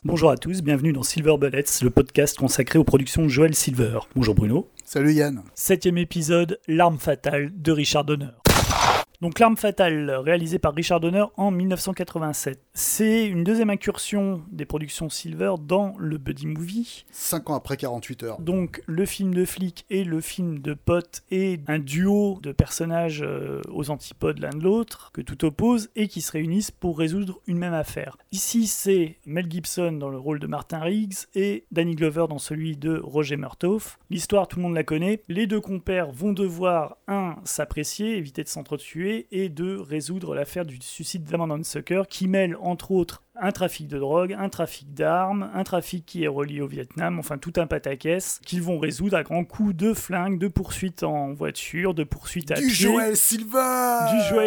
Bonjour à tous, bienvenue dans Silver Bullets, le podcast consacré aux productions de Joel Silver. Bonjour Bruno. Salut Yann. 7e épisode, L'arme fatale de Richard Donner. Donc L'arme fatale, réalisée par Richard Donner en 1987. C'est une deuxième incursion des productions Silver dans le buddy movie. 5 ans après 48 heures. Donc le film de flic et le film de pote et un duo de personnages aux antipodes l'un de l'autre, que tout oppose, et qui se réunissent pour résoudre une même affaire. Ici c'est Mel Gibson dans le rôle de Martin Riggs et Danny Glover dans celui de Roger Murtaugh. L'histoire, tout le monde la connaît. Les deux compères vont devoir, s'apprécier, éviter de s'entretuer, et de résoudre l'affaire du suicide d'Amanda Hunsaker qui mêle entre autres un trafic de drogue, un trafic d'armes, un trafic qui est relié au Vietnam, enfin tout un pataquès qu'ils vont résoudre à grands coups de flingues, de poursuites en voiture, de poursuites à pied. Du Joel Silver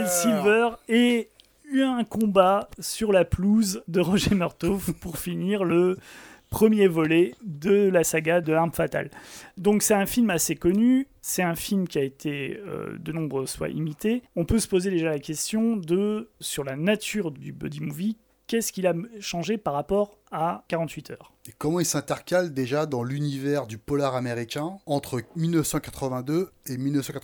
et un combat sur la pelouse de Roger Murtaugh pour finir le premier volet de la saga de L'Arme Fatale. Donc c'est un film assez connu, c'est un film qui a été de nombreuses fois imité. On peut se poser déjà la question sur la nature du buddy movie, qu'est-ce qu'il a changé par rapport à 48 heures ? Et comment il s'intercale déjà dans l'univers du polar américain entre 1982 et 1987 ?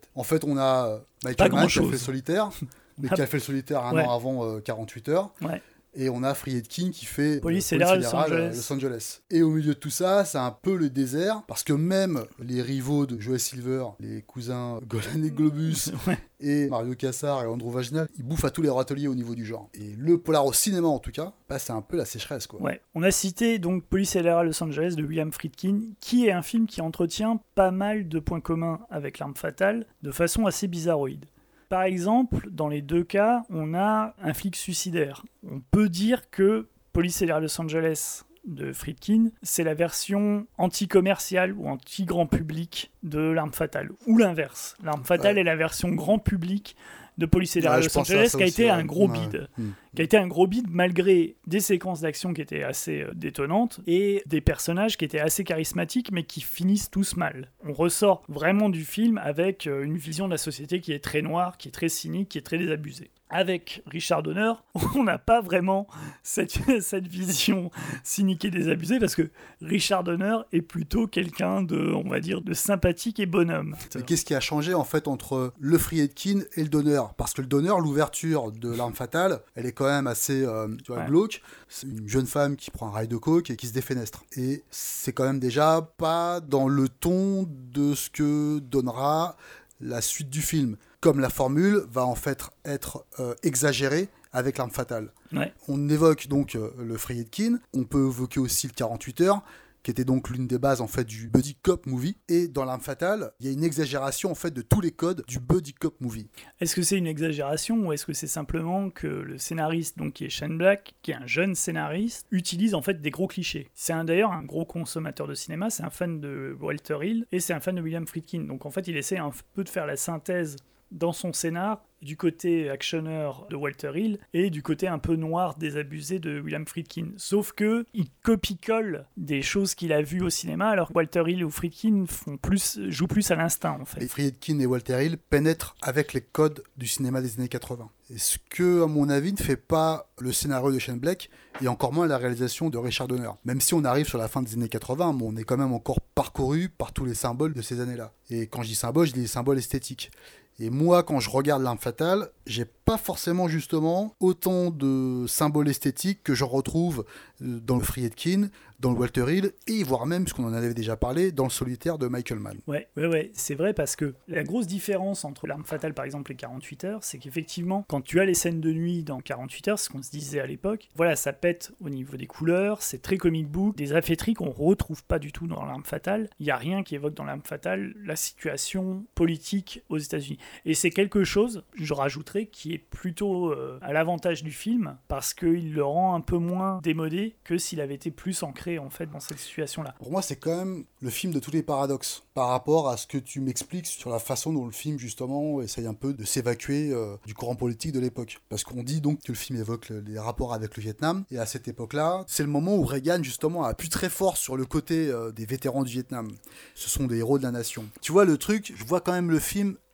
En fait, on a Michael Mann qui a fait le solitaire, mais qui a fait le solitaire un an avant 48 heures. Ouais. Et on a Friedkin qui fait Police fédérale Los Angeles. Et au milieu de tout ça, c'est un peu le désert, parce que même les rivaux de Joel Silver, les cousins Golan et Globus, et Mario Kassar et Andrew Vaginal, ils bouffent à tous les râteliers au niveau du genre. Et le polar au cinéma, en tout cas, c'est un peu la sécheresse, quoi. Ouais. On a cité donc Police fédérale Los Angeles de William Friedkin, qui est un film qui entretient pas mal de points communs avec L'Arme Fatale, de façon assez bizarroïde. Par exemple, dans les deux cas, on a un flic suicidaire. On peut dire que Police fédérale Los Angeles de Friedkin, c'est la version anti-commerciale ou anti-grand public de L'Arme Fatale, ou l'inverse. L'Arme Fatale est la version grand public de Police fédérale Los Angeles, qui a été un gros bide. Qui a été un gros bide malgré des séquences d'action qui étaient assez détonnantes et des personnages qui étaient assez charismatiques mais qui finissent tous mal. On ressort vraiment du film avec une vision de la société qui est très noire, qui est très cynique, qui est très désabusée. Avec Richard Donner, on n'a pas vraiment cette vision cynique et désabusée parce que Richard Donner est plutôt quelqu'un on va dire, de sympathique et bonhomme. Mais qu'est-ce qui a changé en fait entre le Friedkin et le Donner ? Parce que le Donner, l'ouverture de L'Arme Fatale, elle est quand même assez glauque. C'est une jeune femme qui prend un rail de coke et qui se défenestre. Et c'est quand même déjà pas dans le ton de ce que donnera la suite du film. Comme la formule va en fait être exagérée avec L'Arme Fatale. Ouais. On évoque donc le Friedkin, on peut évoquer aussi le 48 heures, qui était donc l'une des bases en fait du buddy cop movie. Et dans L'Arme Fatale, il y a une exagération en fait de tous les codes du buddy cop movie. Est-ce que c'est une exagération ou est-ce que c'est simplement que le scénariste, donc qui est Shane Black, qui est un jeune scénariste, utilise en fait des gros clichés. C'est d'ailleurs un gros consommateur de cinéma, c'est un fan de Walter Hill et c'est un fan de William Friedkin. Donc en fait, il essaie un peu de faire la synthèse dans son scénar, du côté actionneur de Walter Hill et du côté un peu noir, désabusé de William Friedkin. Sauf que il copie-colle des choses qu'il a vues au cinéma, alors que Walter Hill ou Friedkin jouent plus à l'instinct, en fait. Et Friedkin et Walter Hill pénètrent avec les codes du cinéma des années 80. Et ce que, à mon avis, ne fait pas le scénario de Shane Black et encore moins la réalisation de Richard Donner. Même si on arrive sur la fin des années 80, on est quand même encore parcouru par tous les symboles de ces années-là. Et quand je dis symboles, je dis les symboles esthétiques. Et moi, quand je regarde L'Arme Fatale, j'ai pas forcément justement autant de symboles esthétiques que je retrouve dans le Friedkin, dans le Walter Hill, et voire même, puisqu'on en avait déjà parlé, dans le solitaire de Michael Mann. Ouais, c'est vrai parce que la grosse différence entre L'Arme Fatale par exemple et 48 heures, c'est qu'effectivement, quand tu as les scènes de nuit dans 48 heures, ce qu'on se disait à l'époque, voilà, ça pète au niveau des couleurs, c'est très comic book, des affaîtries qu'on retrouve pas du tout dans L'Arme Fatale. Il y a rien qui évoque dans L'Arme Fatale la situation politique aux États-Unis. Et c'est quelque chose, je rajouterais, qui est plutôt à l'avantage du film, parce qu'il le rend un peu moins démodé que s'il avait été plus ancré en fait dans cette situation-là. Pour moi, c'est quand même le film de tous les paradoxes par rapport à ce que tu m'expliques sur la façon dont le film justement essaye un peu de s'évacuer du courant politique de l'époque. Parce qu'on dit donc que le film évoque les rapports avec le Vietnam, et à cette époque-là, c'est le moment où Reagan justement appuie très fort sur le côté des vétérans du Vietnam. Ce sont des héros de la nation. Tu vois le truc, je vois quand même le film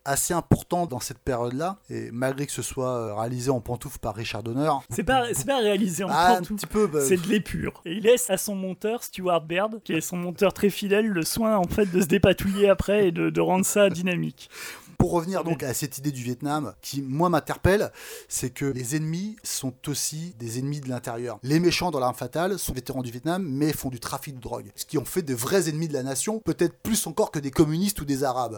assez important dans cette période-là, et malgré que ce soit réalisé en pantoufle par Richard Donner. C'est pas réalisé en pantoufle, un petit peu, c'est de l'épure. Et il laisse à son monteur, Stuart Baird, qui est son monteur très fidèle, le soin en fait de se dépatouiller après et de rendre ça dynamique. Pour revenir donc à cette idée du Vietnam, qui moi m'interpelle, c'est que les ennemis sont aussi des ennemis de l'intérieur. Les méchants dans l'Arme Fatale sont vétérans du Vietnam, mais font du trafic de drogue. Ce qui en fait de vrais ennemis de la nation, peut-être plus encore que des communistes ou des arabes.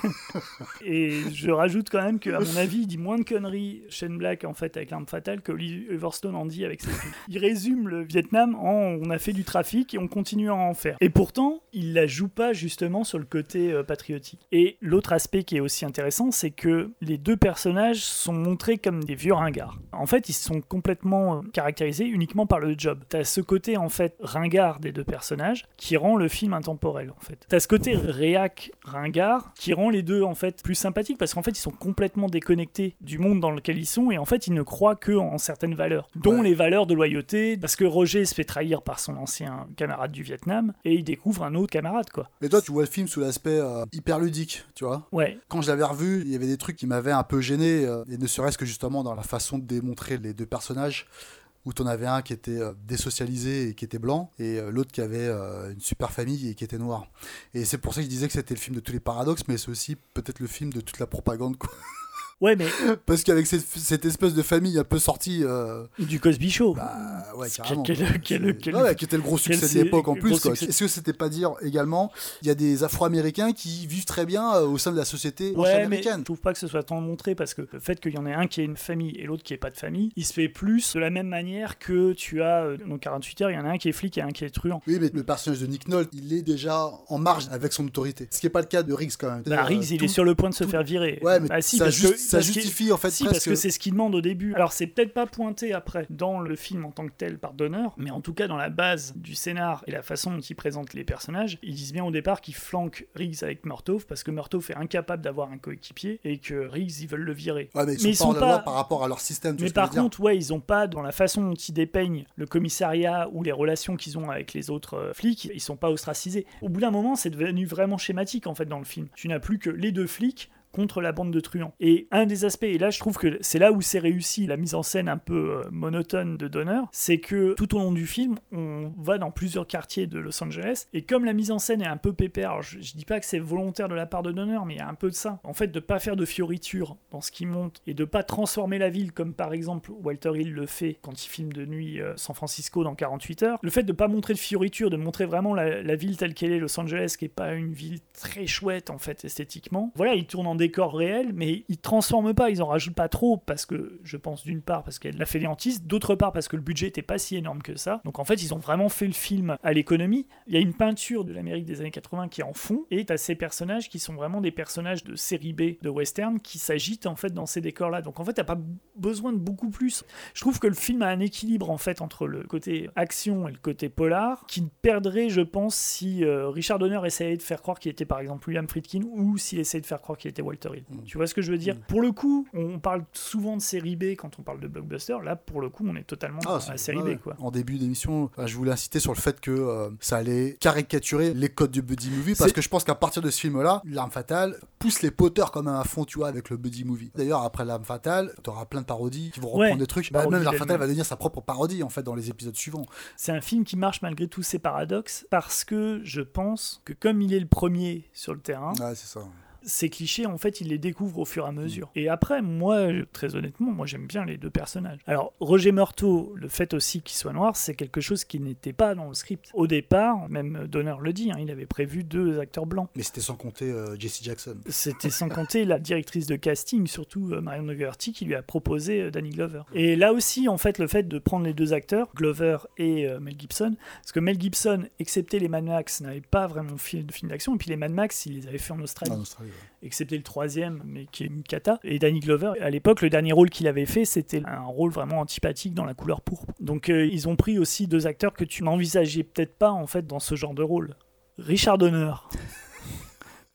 Et je rajoute quand même qu'à mon avis, il dit moins de conneries Shane Black en fait avec l'Arme Fatale que Oliver Stone en dit avec ses films. Il résume le Vietnam en on a fait du trafic et on continue à en faire. Et pourtant, il la joue pas justement sur le côté patriotique. Et l'autre aspect qui est aussi intéressant, c'est que les deux personnages sont montrés comme des vieux ringards. En fait, ils sont complètement caractérisés uniquement par le job. T'as ce côté en fait ringard des deux personnages qui rend le film intemporel en fait. T'as ce côté réac ringard qui rend les deux en fait plus sympathiques parce qu'en fait ils sont complètement déconnectés du monde dans lequel ils sont et en fait ils ne croient que en certaines valeurs, dont les valeurs de loyauté, parce que Roger se fait trahir par son ancien camarade du Vietnam et il découvre un autre camarade quoi. Mais toi tu vois le film sous l'aspect hyper ludique, tu vois. Ouais. Quand je l'avais revu, il y avait des trucs qui m'avaient un peu gêné, et ne serait-ce que justement dans la façon de démontrer les deux personnages, où t'en avais un qui était désocialisé et qui était blanc, et l'autre qui avait une super famille et qui était noir. Et c'est pour ça que je disais que c'était le film de tous les paradoxes, mais c'est aussi peut-être le film de toute la propagande, quoi. Ouais, mais... Parce qu'avec cette espèce de famille un peu sortie... du Cosby Show. Bah, ouais, carrément. Qui était le gros succès de l'époque en plus, quoi. Est-ce que c'était pas dire également, il y a des Afro-Américains qui vivent très bien au sein de la société américaine. Mais je trouve pas que ce soit tant montré, parce que le fait qu'il y en ait un qui ait une famille et l'autre qui ait pas de famille, il se fait plus de la même manière que tu as, dans 48 heures, il y en a un qui est flic et un qui est truand. Oui, mais le personnage de Nick Nolte, il est déjà en marge avec son autorité. Ce qui n'est pas le cas de Riggs, quand même. Bah, Riggs, il est sur le point de se faire virer. Ouais, mais si, ça justifie en fait presque. Parce que c'est ce qu'il demande au début. Alors c'est peut-être pas pointé après dans le film en tant que tel par Donner, mais en tout cas dans la base du scénar et la façon dont il présente les personnages, ils disent bien au départ qu'ils flanquent Riggs avec Murtaugh parce que Murtaugh est incapable d'avoir un coéquipier et que Riggs ils veulent le virer. Ouais, mais ils sont pas en loi par rapport à leur système. Mais par contre, ouais, ils ont pas, dans la façon dont ils dépeignent le commissariat ou les relations qu'ils ont avec les autres flics, ils sont pas ostracisés. Au bout d'un moment, c'est devenu vraiment schématique en fait dans le film. Tu n'as plus que les deux flics contre la bande de truands. Et un des aspects, et là je trouve que c'est là où c'est réussi la mise en scène un peu monotone de Donner, c'est que tout au long du film, on va dans plusieurs quartiers de Los Angeles, et comme la mise en scène est un peu pépère, alors je dis pas que c'est volontaire de la part de Donner, mais il y a un peu de ça. En fait, de pas faire de fioritures dans ce qui monte, et de pas transformer la ville comme par exemple Walter Hill le fait quand il filme de nuit San Francisco dans 48 heures. Le fait de pas montrer de fioritures, de montrer vraiment la ville telle qu'elle est, Los Angeles, qui est pas une ville très chouette en fait esthétiquement. Voilà, il tourne en décor réel, mais ils transforment pas, ils en rajoutent pas trop, parce que je pense d'une part parce qu'il y a de la fainéantise, d'autre part parce que le budget était pas si énorme que ça. Donc en fait ils ont vraiment fait le film à l'économie. Il y a une peinture de l'Amérique des années 80 qui est en fond, et t'as ces personnages qui sont vraiment des personnages de série B de western qui s'agitent en fait dans ces décors là. Donc en fait t'as pas besoin de beaucoup plus. Je trouve que le film a un équilibre en fait entre le côté action et le côté polar qui perdrait, je pense, si Richard Donner essayait de faire croire qu'il était par exemple William Friedkin, ou s'il essayait de faire croire qu'il était Walter Hill. Tu vois ce que je veux dire? Pour le coup, on parle souvent de série B quand on parle de blockbuster. Là, pour le coup, on est totalement dans la série B, quoi. En début d'émission, je voulais insister sur le fait que ça allait caricaturer les codes du buddy movie, parce que je pense qu'à partir de ce film-là, L'Arme Fatale pousse les poteurs quand même à fond, tu vois, avec le buddy movie. D'ailleurs, après L'Arme Fatale, t'auras plein de parodies qui vont reprendre des trucs. Même L'Arme Fatale va devenir sa propre parodie, en fait, dans les épisodes suivants. C'est un film qui marche malgré tous ses paradoxes, parce que je pense que comme il est le premier sur le terrain... Ouais, c'est ça. Ces clichés, en fait, il les découvre au fur et à mesure. Et après, moi, très honnêtement, moi j'aime bien les deux personnages. Alors, Roger Murtaugh, le fait aussi qu'il soit noir, c'est quelque chose qui n'était pas dans le script. Au départ, même Donner le dit, il avait prévu 2 acteurs blancs. Mais c'était sans compter Jesse Jackson. C'était sans compter la directrice de casting, surtout Marion Dougherty, qui lui a proposé Danny Glover. Et là aussi, en fait, le fait de prendre les 2 acteurs, Glover et Mel Gibson, parce que Mel Gibson, excepté les Mad Max, n'avait pas vraiment fait de film d'action, et puis les Mad Max, il les avait fait en Australie. Excepté le 3e, mais qui est une cata. Et Danny Glover, à l'époque, le dernier rôle qu'il avait fait, c'était un rôle vraiment antipathique dans La couleur pourpre. Donc ils ont pris aussi 2 acteurs que tu n'envisageais peut-être pas en fait dans ce genre de rôle. Richard Donner.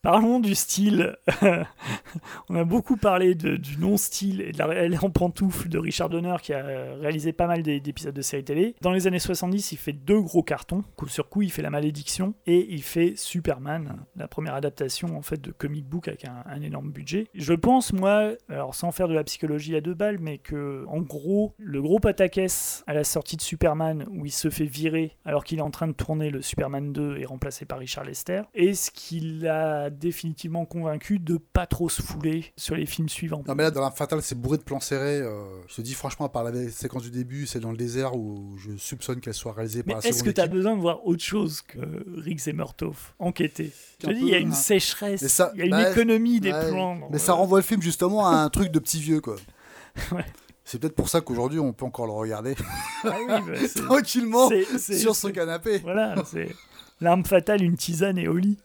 Parlons du style. On a beaucoup parlé du non-style et de la en pantoufle de Richard Donner qui a réalisé pas mal d'épisodes de séries télé. Dans les années 70, il fait 2 gros cartons. Coup sur coup, il fait La Malédiction et il fait Superman, la première adaptation en fait de comic book avec un énorme budget. Je pense, moi, alors sans faire de la psychologie à 2 balles, mais que en gros, le gros pataquès à la sortie de Superman où il se fait virer alors qu'il est en train de tourner le Superman 2 et remplacé par Richard Lester, est ce qu'il a définitivement convaincu de pas trop se fouler sur les films suivants. Non mais là dans L'Arme Fatale c'est bourré de plans serrés, je te dis franchement à part la séquence du début, c'est dans le désert où je soupçonne qu'elle soit réalisée par la seconde équipe. Mais est-ce que tu as besoin de voir autre chose que Riggs et Murtaugh enquêter? Je te dis, il y a une sécheresse, il y a une économie des plans. Mais ça renvoie le film justement à un truc de petit vieux quoi. Ouais. C'est peut-être pour ça qu'aujourd'hui on peut encore le regarder oui, tranquillement sur son canapé. Voilà, c'est L'Arme Fatale, une tisane et au lit.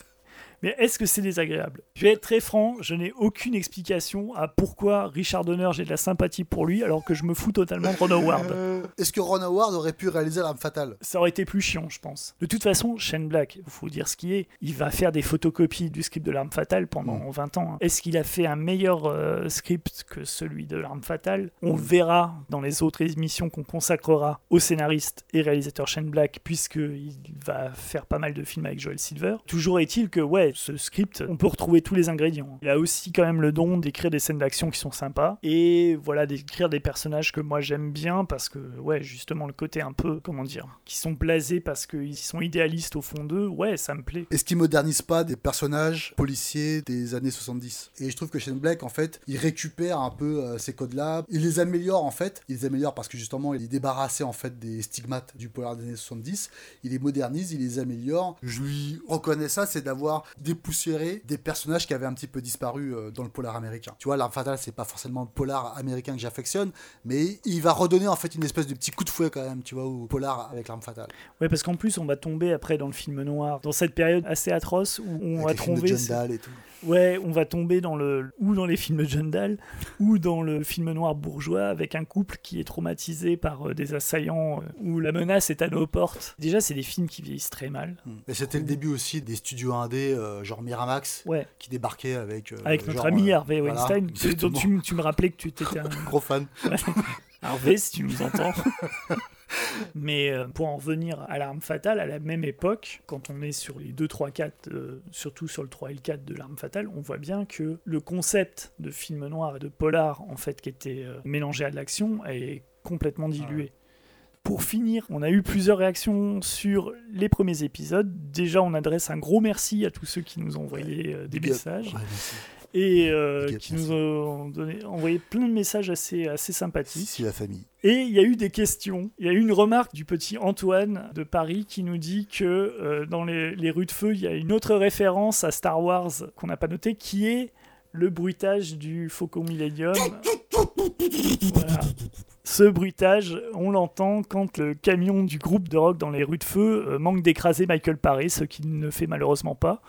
Mais est-ce que c'est désagréable? Je vais être très franc, je n'ai aucune explication à pourquoi Richard Donner, j'ai de la sympathie pour lui, alors que je me fous totalement de Ron Howard. Est-ce que Ron Howard aurait pu réaliser L'Arme Fatale? Ça aurait été plus chiant, je pense. De toute façon, Shane Black, il faut dire ce qui est, il va faire des photocopies du script de L'Arme Fatale pendant 20 ans. Est-ce qu'il a fait un meilleur script que celui de L'Arme Fatale? On verra dans les autres émissions qu'on consacrera au scénariste et réalisateur Shane Black, puisqu'il va faire pas mal de films avec Joel Silver. Toujours est-il que, ouais, ce script, on peut retrouver tous les ingrédients. Il a aussi quand même le don d'écrire des scènes d'action qui sont sympas et voilà, d'écrire des personnages que moi j'aime bien parce que, ouais, justement le côté un peu, comment dire, qui sont blasés parce qu'ils sont idéalistes au fond d'eux, ouais, ça me plaît. Est-ce qu'il modernise pas des personnages policiers des années 70? Et je trouve que Shane Black, en fait, il récupère un peu ces codes-là, il les améliore en fait, il les améliore parce que justement il est débarrassé en fait des stigmates du polar des années 70, il les modernise, il les améliore. Je lui reconnais ça, c'est d'avoir dépoussiéré des personnages qui avaient un petit peu disparu dans le polar américain. Tu vois, L'Arme Fatale, c'est pas forcément le polar américain que j'affectionne, mais il va redonner en fait une espèce de petit coup de fouet quand même, tu vois, au polar avec L'Arme Fatale. Ouais, parce qu'en plus, on va tomber après dans le film noir, dans cette période assez atroce où on va tomber. John Dahl et tout. Ouais, on va tomber dans les films de John Dahl ou dans le film noir bourgeois avec un couple qui est traumatisé par des assaillants où la menace est à nos portes. Déjà, c'est des films qui vieillissent très mal. Et c'était le début aussi des studios indés, genre Miramax, qui débarquaient avec notre ami Harvey Weinstein, dont tu me rappelais que tu étais un gros fan. Harvey, si tu nous entends. Mais pour en revenir à L'Arme Fatale, à la même époque, quand on est sur les 2, 3, 4, surtout sur le 3 et le 4 de L'Arme Fatale, on voit bien que le concept de film noir et de polar, en fait, qui était mélangé à de l'action, est complètement dilué. Pour finir, on a eu plusieurs réactions sur les premiers épisodes. Déjà, on adresse un gros merci à tous ceux qui nous ont envoyé des messages. Et qui nous ont envoyé plein de messages assez sympathiques. Si la famille. Et il y a eu des questions. Il y a eu une remarque du petit Antoine de Paris qui nous dit que dans les rues de feu, il y a une autre référence à Star Wars qu'on n'a pas notée, qui est le bruitage du Faucon Millenium. Voilà. Ce bruitage, on l'entend quand le camion du groupe de rock dans les rues de feu manque d'écraser Michael Paré, ce qu'il ne fait malheureusement pas.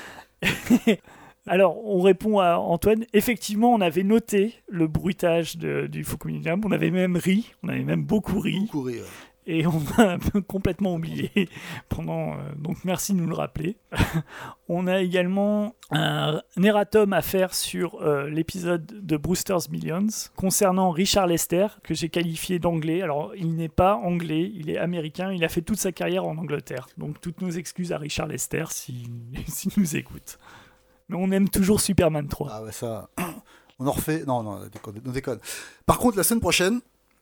Alors, on répond à Antoine. Effectivement, on avait noté le bruitage du Faucon Millenium. On avait même ri. On avait même beaucoup ri. Ouais. Et on a complètement oublié pendant. Donc, merci de nous le rappeler. On a également un erratum à faire sur l'épisode de Brewster's Millions concernant Richard Lester, que j'ai qualifié d'anglais. Alors, il n'est pas anglais, il est américain. Il a fait toute sa carrière en Angleterre. Donc, toutes nos excuses à Richard Lester s'il nous écoute. Mais on aime toujours Superman 3. Ah ouais, ça... On en refait... Non, on déconne. Par contre, la semaine prochaine...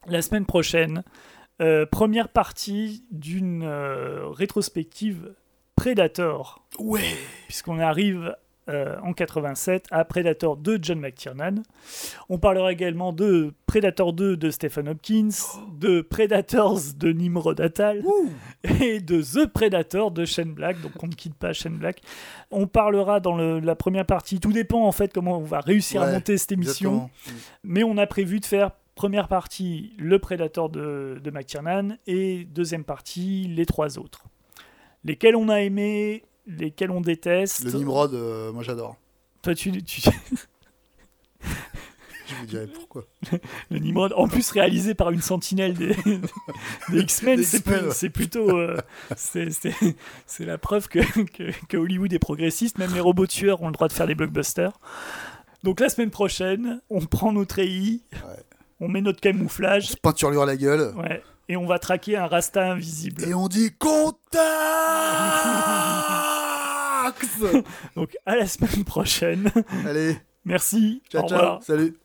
Première partie d'une rétrospective Predator. Ouais. Puisqu'on arrive en 87 à Predator de John McTiernan. On parlera également de Predator 2 de Stephen Hopkins, de Predators de Nimrod Attal et de The Predator de Shane Black. Donc on ne quitte pas Shane Black. On parlera dans la première partie. Tout dépend en fait comment on va réussir à monter cette émission. Exactement. Mais on a prévu de faire première partie le Predator de McTiernan et deuxième partie les 3 autres. Lesquels on a aimé, lesquels on déteste. Le Nimrod, moi j'adore. Toi, dirais pourquoi. Le Nimrod, en plus réalisé par une sentinelle des X-Men, Des c'est, X-Men, ouais. c'est plutôt... c'est la preuve que Hollywood est progressiste, même les robots tueurs ont le droit de faire des blockbusters. Donc la semaine prochaine, on prend nos treillis, on met notre On camouflage, se peinture la gueule. ouais, et on va traquer un Rasta invisible. Et on dit contact. Donc à la semaine prochaine. Allez, Merci, ciao, au revoir. ciao, salut.